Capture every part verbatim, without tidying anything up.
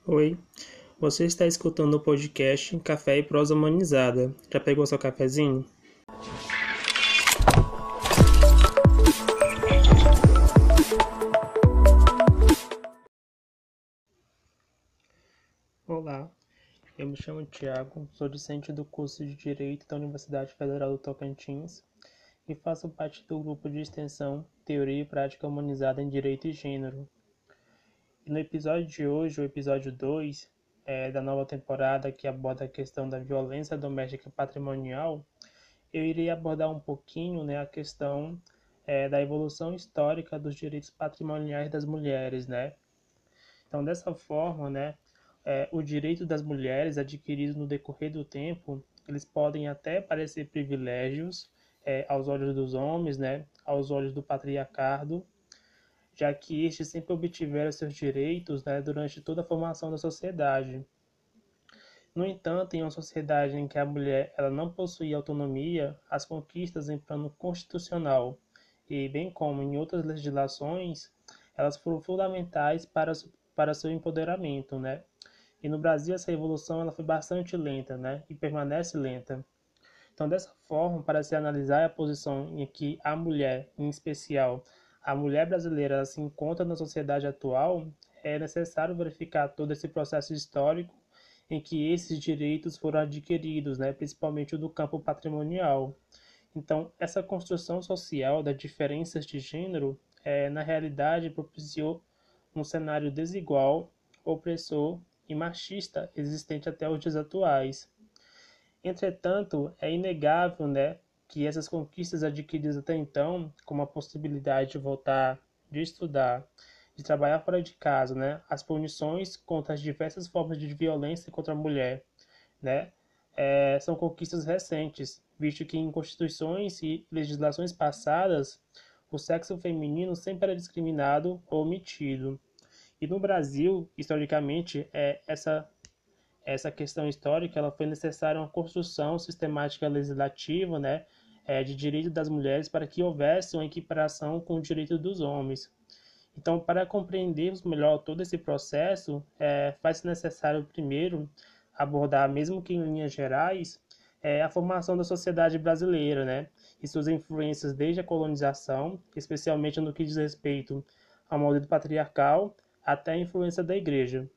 Oi, você está escutando o podcast Café e Prosa Humanizada. Já pegou seu cafezinho? Olá, eu me chamo Tiago, sou docente do curso de Direito da Universidade Federal do Tocantins e faço parte do grupo de extensão Teoria e Prática Humanizada em Direito e Gênero. E no episódio de hoje, o episódio dois, é, da nova temporada que aborda a questão da violência doméstica patrimonial, eu irei abordar um pouquinho, né, a questão é, da evolução histórica dos direitos patrimoniais das mulheres, né? Então, dessa forma, né, é, o direito das mulheres adquiridos no decorrer do tempo, eles podem até parecer privilégios é, aos olhos dos homens, né, aos olhos do patriarcado, já que estes sempre obtiveram seus direitos, né, durante toda a formação da sociedade. No entanto, em uma sociedade em que a mulher ela não possuía autonomia, as conquistas em plano constitucional e bem como em outras legislações, elas foram fundamentais para, para seu empoderamento, né? E no Brasil essa evolução ela foi bastante lenta, né? E permanece lenta. Então, dessa forma, para se analisar a posição em que a mulher, em especial a mulher brasileira, ela se encontra na sociedade atual, é necessário verificar todo esse processo histórico em que esses direitos foram adquiridos, né, principalmente o do campo patrimonial. Então, essa construção social das diferenças de gênero, é, na realidade, propiciou um cenário desigual, opressor e machista existente até os dias atuais. Entretanto, é inegável, né, que essas conquistas adquiridas até então, como a possibilidade de voltar, de estudar, de trabalhar fora de casa, né, as punições contra as diversas formas de violência contra a mulher, né, é, são conquistas recentes, visto que em constituições e legislações passadas, o sexo feminino sempre era discriminado ou omitido. E no Brasil, historicamente, é, essa essa questão histórica ela foi necessária uma construção sistemática legislativa, né, é, de direito das mulheres para que houvesse uma equiparação com o direito dos homens. Então, para compreendermos melhor todo esse processo, é, faz-se necessário primeiro abordar, mesmo que em linhas gerais, é, a formação da sociedade brasileira, né, e suas influências desde a colonização, especialmente no que diz respeito ao modelo patriarcal, até a influência da igreja.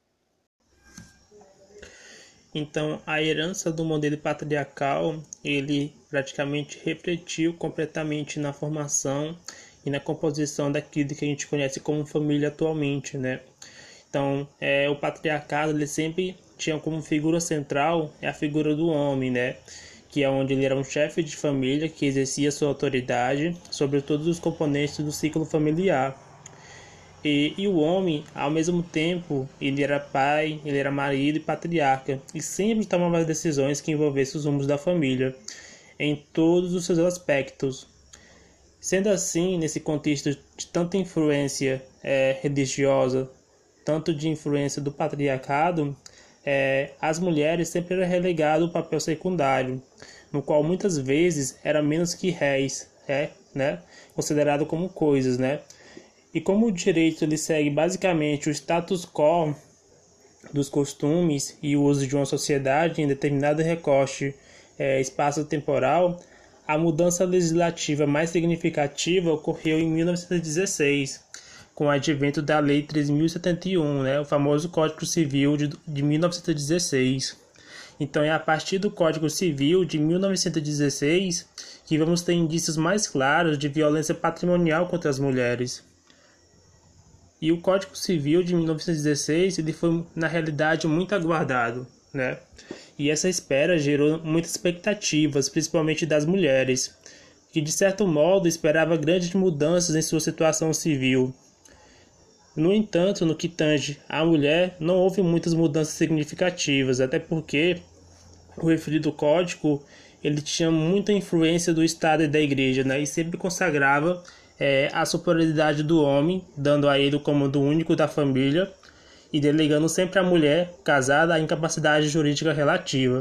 Então, a herança do modelo patriarcal, ele praticamente refletiu completamente na formação e na composição daquilo que a gente conhece como família atualmente, né? Então, é, o patriarcado, ele sempre tinha como figura central a figura do homem, né? Que é onde ele era um chefe de família que exercia sua autoridade sobre todos os componentes do ciclo familiar. E, e o homem, ao mesmo tempo, ele era pai, ele era marido e patriarca, e sempre tomava as decisões que envolvessem os rumos da família, em todos os seus aspectos. Sendo assim, nesse contexto de tanta influência é, religiosa, tanto de influência do patriarcado, é, as mulheres sempre eram relegadas ao papel secundário, no qual muitas vezes era menos que réis, é, né, considerado como coisas, né? E como o direito ele segue basicamente o status quo dos costumes e o uso de uma sociedade em determinado recorte é, espaço-temporal, a mudança legislativa mais significativa ocorreu em mil novecentos e dezesseis, com o advento da Lei três mil e setenta e um, né, o famoso Código Civil de, de mil novecentos e dezesseis. Então é a partir do Código Civil de mil novecentos e dezesseis que vamos ter indícios mais claros de violência patrimonial contra as mulheres. E o Código Civil de mil novecentos e dezesseis ele foi, na realidade, muito aguardado, né? E essa espera gerou muitas expectativas, principalmente das mulheres, que, de certo modo, esperava grandes mudanças em sua situação civil. No entanto, no que tange à mulher, não houve muitas mudanças significativas, até porque o referido código ele tinha muita influência do Estado e da Igreja, né? E sempre consagrava É, a superioridade do homem, dando a ele o comando único da família e delegando sempre à mulher casada a incapacidade jurídica relativa.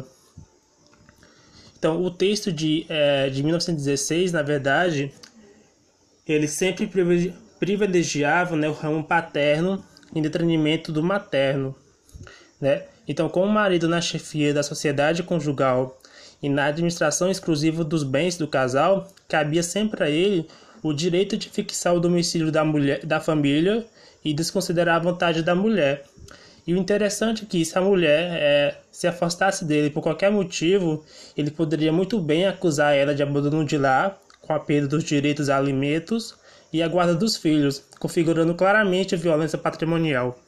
Então, o texto de, é, de mil novecentos e dezesseis, na verdade, ele sempre privilegiava, né, o ramo paterno em detrimento do materno. né? Então, com o marido na chefia da sociedade conjugal e na administração exclusiva dos bens do casal, cabia sempre a ele o direito de fixar o domicílio da mulher, da família e desconsiderar a vontade da mulher. E o interessante é que se a mulher é, se afastasse dele por qualquer motivo, ele poderia muito bem acusar ela de abandono de lar, com a perda dos direitos a alimentos e a guarda dos filhos, configurando claramente a violência patrimonial.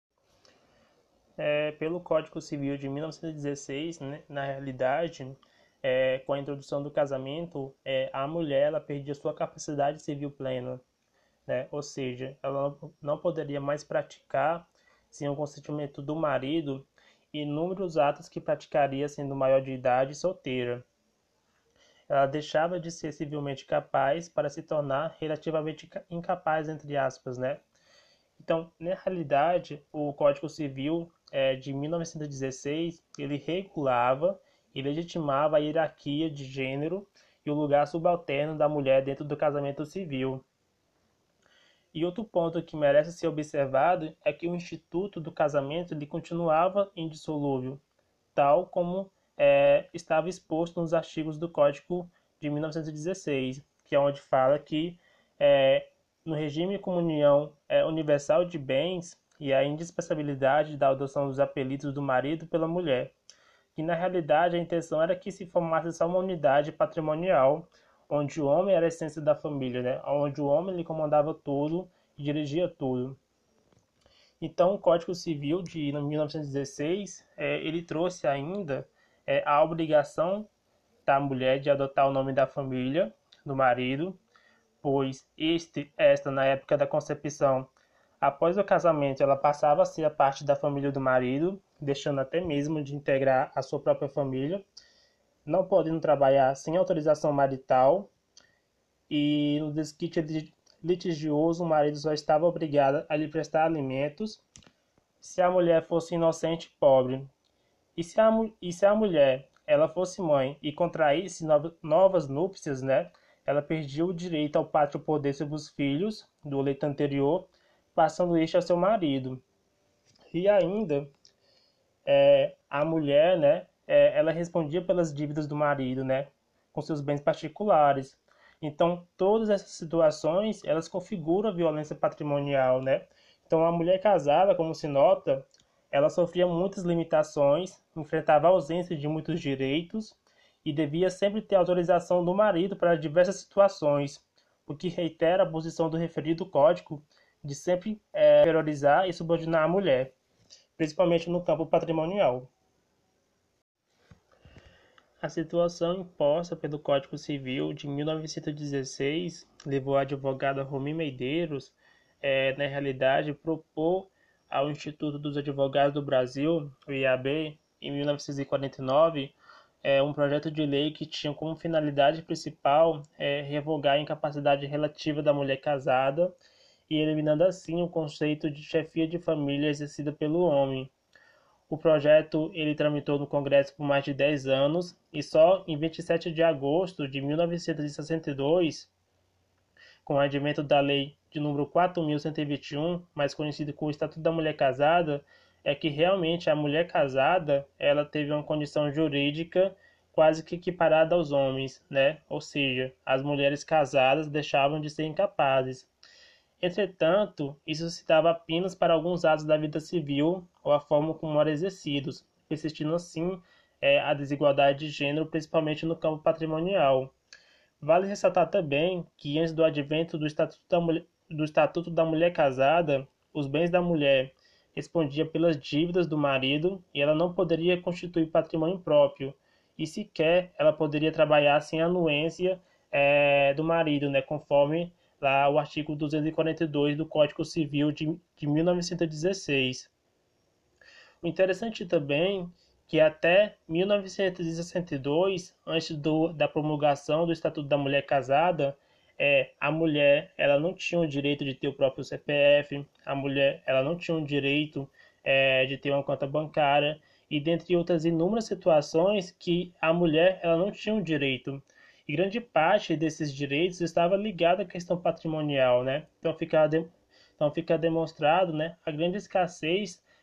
É, pelo Código Civil de mil novecentos e dezesseis, né, na realidade, é, com a introdução do casamento, é, a mulher ela perdia sua capacidade civil plena, né? Ou seja, ela não poderia mais praticar, sem o consentimento do marido, inúmeros atos que praticaria sendo maior de idade e solteira. Ela deixava de ser civilmente capaz para se tornar relativamente incapaz, entre aspas, né? Então, na realidade, o Código Civil é, de mil novecentos e dezesseis, ele regulava e legitimava a hierarquia de gênero e o lugar subalterno da mulher dentro do casamento civil. E outro ponto que merece ser observado é que o instituto do casamento ele continuava indissolúvel, tal como é, estava exposto nos artigos do Código de mil novecentos e dezesseis, que é onde fala que é, no regime de comunhão é, universal de bens e a indispensabilidade da adoção dos apelidos do marido pela mulher, que na realidade a intenção era que se formasse só uma unidade patrimonial, onde o homem era a essência da família, né? Onde o homem ele comandava tudo e dirigia tudo. Então, o Código Civil de mil novecentos e dezesseis, é, ele trouxe ainda é, a obrigação da mulher de adotar o nome da família, do marido, pois este, esta, na época da concepção, após o casamento, ela passava a ser a parte da família do marido, deixando até mesmo de integrar a sua própria família, não podendo trabalhar sem autorização marital, e no desquite litigioso, o marido só estava obrigado a lhe prestar alimentos se a mulher fosse inocente e pobre. E se a, e se a mulher ela fosse mãe e contraísse novas núpcias, né, ela perdia o direito ao pátrio poder sobre os filhos do leito anterior, passando este ao seu marido. E ainda, é, a mulher, né, é, ela respondia pelas dívidas do marido, né, com seus bens particulares. Então, todas essas situações, elas configuram a violência patrimonial, né? Então, a mulher casada, como se nota, ela sofria muitas limitações, enfrentava a ausência de muitos direitos e devia sempre ter autorização do marido para diversas situações, o que reitera a posição do referido código de sempre é, priorizar e subordinar a mulher, principalmente no campo patrimonial. A situação imposta pelo Código Civil de mil novecentos e dezesseis levou a advogada Romi Medeiros, é, na realidade, propor ao Instituto dos Advogados do Brasil, o I A B, em mil novecentos e quarenta e nove, é, um projeto de lei que tinha como finalidade principal é, revogar a incapacidade relativa da mulher casada e eliminando assim o conceito de chefia de família exercida pelo homem. O projeto ele tramitou no Congresso por mais de dez anos e só em vinte e sete de agosto de mil novecentos e sessenta e dois, com o advento da Lei de número quatro mil cento e vinte e um, mais conhecido como Estatuto da Mulher Casada, é que realmente a mulher casada ela teve uma condição jurídica quase que equiparada aos homens, né? Ou seja, as mulheres casadas deixavam de ser incapazes. Entretanto, isso se dava apenas para alguns atos da vida civil ou a forma como eram exercidos, persistindo assim é, a desigualdade de gênero, principalmente no campo patrimonial. Vale ressaltar também que antes do advento do Estatuto da Mulher, do Estatuto da Mulher Casada, os bens da mulher respondiam pelas dívidas do marido e ela não poderia constituir patrimônio próprio, e sequer ela poderia trabalhar sem anuência é, do marido, né, conforme lá o artigo duzentos e quarenta e dois do Código Civil de, de mil novecentos e dezesseis. O interessante também que até mil novecentos e sessenta e dois, antes do, da promulgação do Estatuto da Mulher Casada, é, a mulher ela não tinha o direito de ter o próprio C P F, a mulher ela não tinha o direito é, de ter uma conta bancária, e dentre outras inúmeras situações que a mulher ela não tinha o direito. E grande parte desses direitos estava ligada à questão patrimonial, né? Então fica, de, então fica demonstrado, né, a grande escassez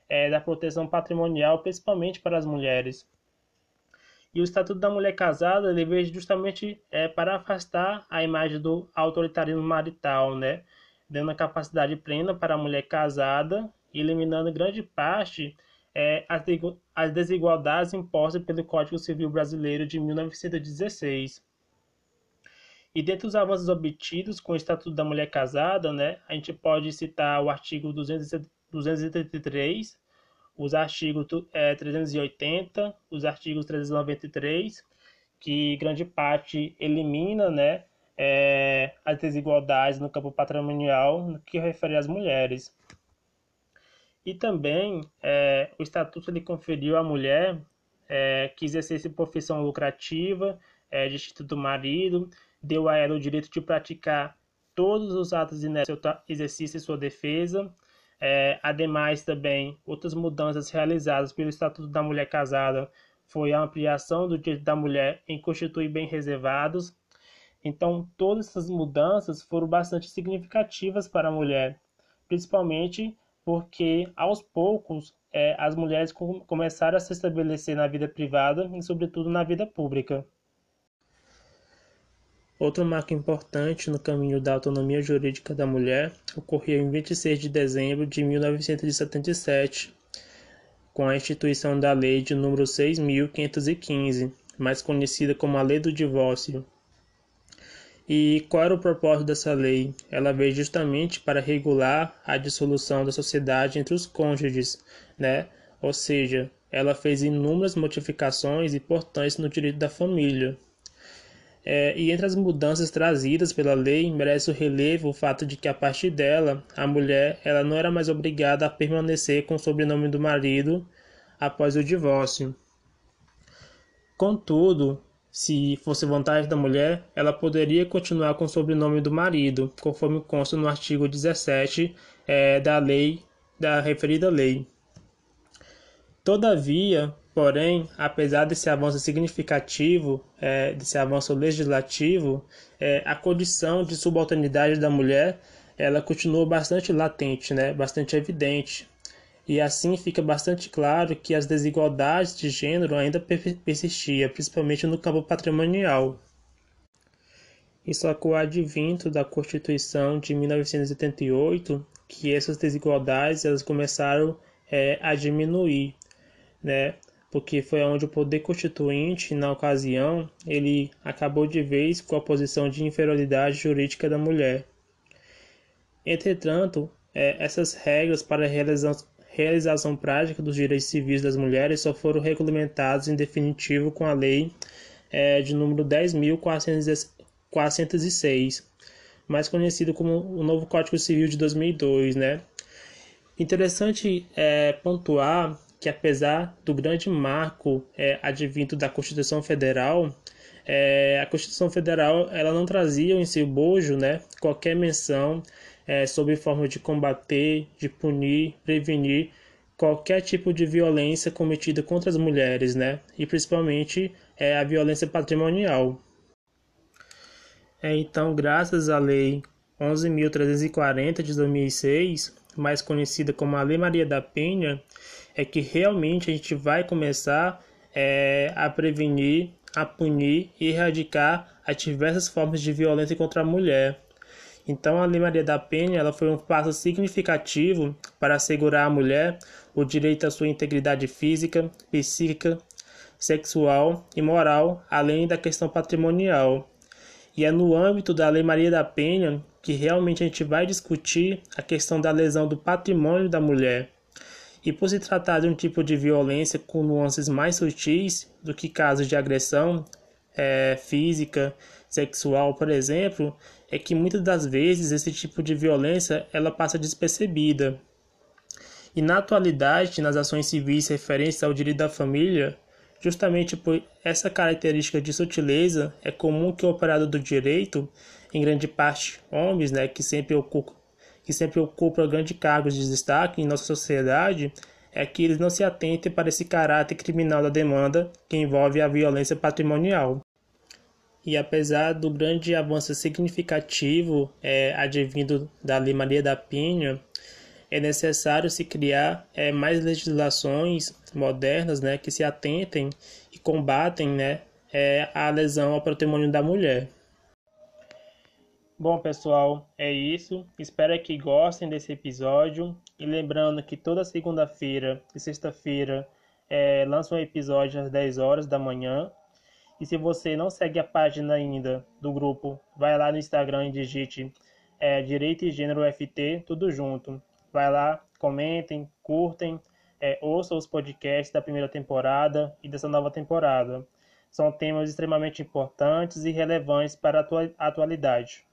é, da proteção patrimonial, principalmente para as mulheres. E o Estatuto da Mulher Casada ele veio justamente é, para afastar a imagem do autoritarismo marital, né? Dando a capacidade plena para a mulher casada, eliminando grande parte é, as desigualdades impostas pelo Código Civil Brasileiro de mil novecentos e dezesseis. E dentre os avanços obtidos com o Estatuto da Mulher Casada, né, a gente pode citar o artigo duzentos e setenta e três, os artigos é, trezentos e oitenta, os artigos trezentos e noventa e três, que grande parte elimina, né, é, as desigualdades no campo patrimonial no que refere às mulheres. E também é, o Estatuto ele conferiu à mulher é, que exercesse profissão lucrativa, é, distinta do marido, deu a ela o direito de praticar todos os atos inerentes ao exercício e sua defesa. É, ademais, também, outras mudanças realizadas pelo Estatuto da Mulher Casada foi a ampliação do direito da mulher em constituir bens reservados. Então, todas essas mudanças foram bastante significativas para a mulher, principalmente porque, aos poucos, é, as mulheres com, começaram a se estabelecer na vida privada e, sobretudo, na vida pública. Outro marco importante no caminho da autonomia jurídica da mulher ocorreu em vinte e seis de dezembro de mil novecentos e setenta e sete, com a instituição da Lei de número seis mil quinhentos e quinze, mais conhecida como a Lei do Divórcio. E qual era o propósito dessa lei? Ela veio justamente para regular a dissolução da sociedade entre os cônjuges, né? Ou seja, ela fez inúmeras modificações importantes no direito da família. É, e entre as mudanças trazidas pela lei, merece o relevo o fato de que, a partir dela, a mulher ela não era mais obrigada a permanecer com o sobrenome do marido após o divórcio. Contudo, se fosse vontade da mulher, ela poderia continuar com o sobrenome do marido, conforme consta no artigo dezessete é, da lei, da referida lei. Todavia, porém, apesar desse avanço significativo, é, desse avanço legislativo, é, a condição de subalternidade da mulher, ela continuou bastante latente, né, bastante evidente. E assim fica bastante claro que as desigualdades de gênero ainda persistiam, principalmente no campo patrimonial. E só com o advento da Constituição de mil novecentos e oitenta e oito, que essas desigualdades elas começaram é, a diminuir, né? Porque foi onde o poder constituinte, na ocasião, ele acabou de vez com a posição de inferioridade jurídica da mulher. Entretanto, é, essas regras para a realização realização prática dos direitos civis das mulheres só foram regulamentados em definitivo com a Lei é, de número dez mil quatrocentos e seis, mais conhecido como o novo Código Civil de dois mil e dois, né? Interessante é, pontuar que, apesar do grande marco é, advindo da Constituição Federal, é, a Constituição Federal ela não trazia em seu bojo, né, qualquer menção É, sobre forma de combater, de punir, prevenir qualquer tipo de violência cometida contra as mulheres, né? E principalmente é, a violência patrimonial. É, então, graças à Lei onze mil trezentos e quarenta de dois mil e seis, mais conhecida como a Lei Maria da Penha, é que realmente a gente vai começar é, a prevenir, a punir e erradicar as diversas formas de violência contra a mulher. Então, a Lei Maria da Penha ela foi um passo significativo para assegurar à mulher o direito à sua integridade física, psíquica, sexual e moral, além da questão patrimonial. E é no âmbito da Lei Maria da Penha que realmente a gente vai discutir a questão da lesão do patrimônio da mulher. E por se tratar de um tipo de violência com nuances mais sutis do que casos de agressão é, física, sexual, por exemplo, é que muitas das vezes esse tipo de violência ela passa despercebida. E na atualidade, nas ações civis referentes ao direito da família, justamente por essa característica de sutileza, é comum que o operador do direito, em grande parte homens, né, que sempre ocupam, que sempre ocupam grandes cargos de destaque em nossa sociedade, é que eles não se atentem para esse caráter criminal da demanda que envolve a violência patrimonial. E apesar do grande avanço significativo é, advindo da Lei Maria da Penha, é necessário se criar é, mais legislações modernas, né, que se atentem e combatem, né, é, a lesão ao patrimônio da mulher. Bom, pessoal, é isso. Espero que gostem desse episódio. E lembrando que toda segunda-feira e sexta-feira é, lança um episódio às dez horas da manhã. E se você não segue a página ainda do grupo, vai lá no Instagram e digite é, Direito e Gênero F T, tudo junto. Vai lá, comentem, curtem, é, ouçam os podcasts da primeira temporada e dessa nova temporada. São temas extremamente importantes e relevantes para a atualidade.